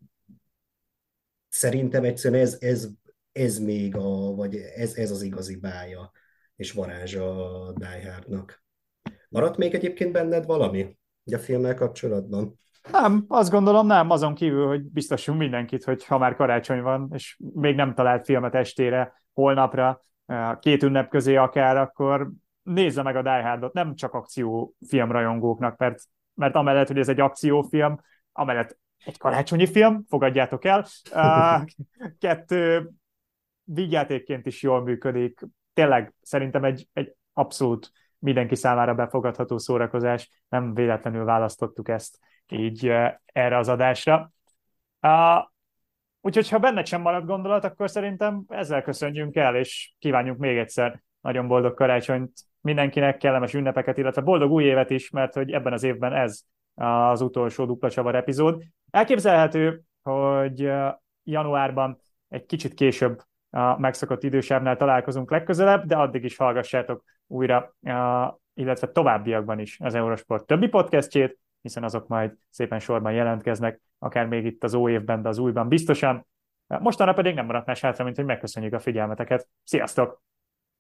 szerintem egyszerűen ez, ez, ez még a, vagy ez, ez az igazi bája és varázsa a Die Hardnak. Maradt még egyébként benned valami a filmmel kapcsolatban? Nem, azt gondolom nem, azon kívül, hogy biztosunk mindenkit, hogy ha már karácsony van, és még nem talált filmet estére, holnapra, két ünnep közé akár, akkor nézze meg a Die Hardot, nem csak akciófilm rajongóknak, mert, mert amellett, hogy ez egy akciófilm, amellett egy karácsonyi film, fogadjátok el, kettő vígjátékként is jól működik. Tényleg szerintem egy, egy abszolút mindenki számára befogadható szórakozás. Nem véletlenül választottuk ezt így uh, erre az adásra. Uh, úgyhogy ha benned sem maradt gondolat, akkor szerintem ezzel köszönjünk el, és kívánjuk még egyszer nagyon boldog karácsonyt mindenkinek, kellemes ünnepeket, illetve boldog új évet is, mert hogy ebben az évben ez az utolsó Dupla Csavar epizód. Elképzelhető, hogy uh, januárban egy kicsit később a megszokott idősávnál találkozunk legközelebb, de addig is hallgassátok újra, illetve továbbiakban is az Eurosport többi podcastjét, hiszen azok majd szépen sorban jelentkeznek, akár még itt az óévben, de az újban biztosan. Mostanra pedig nem maradt más hátra, mint hogy megköszönjük a figyelmeteket. Sziasztok!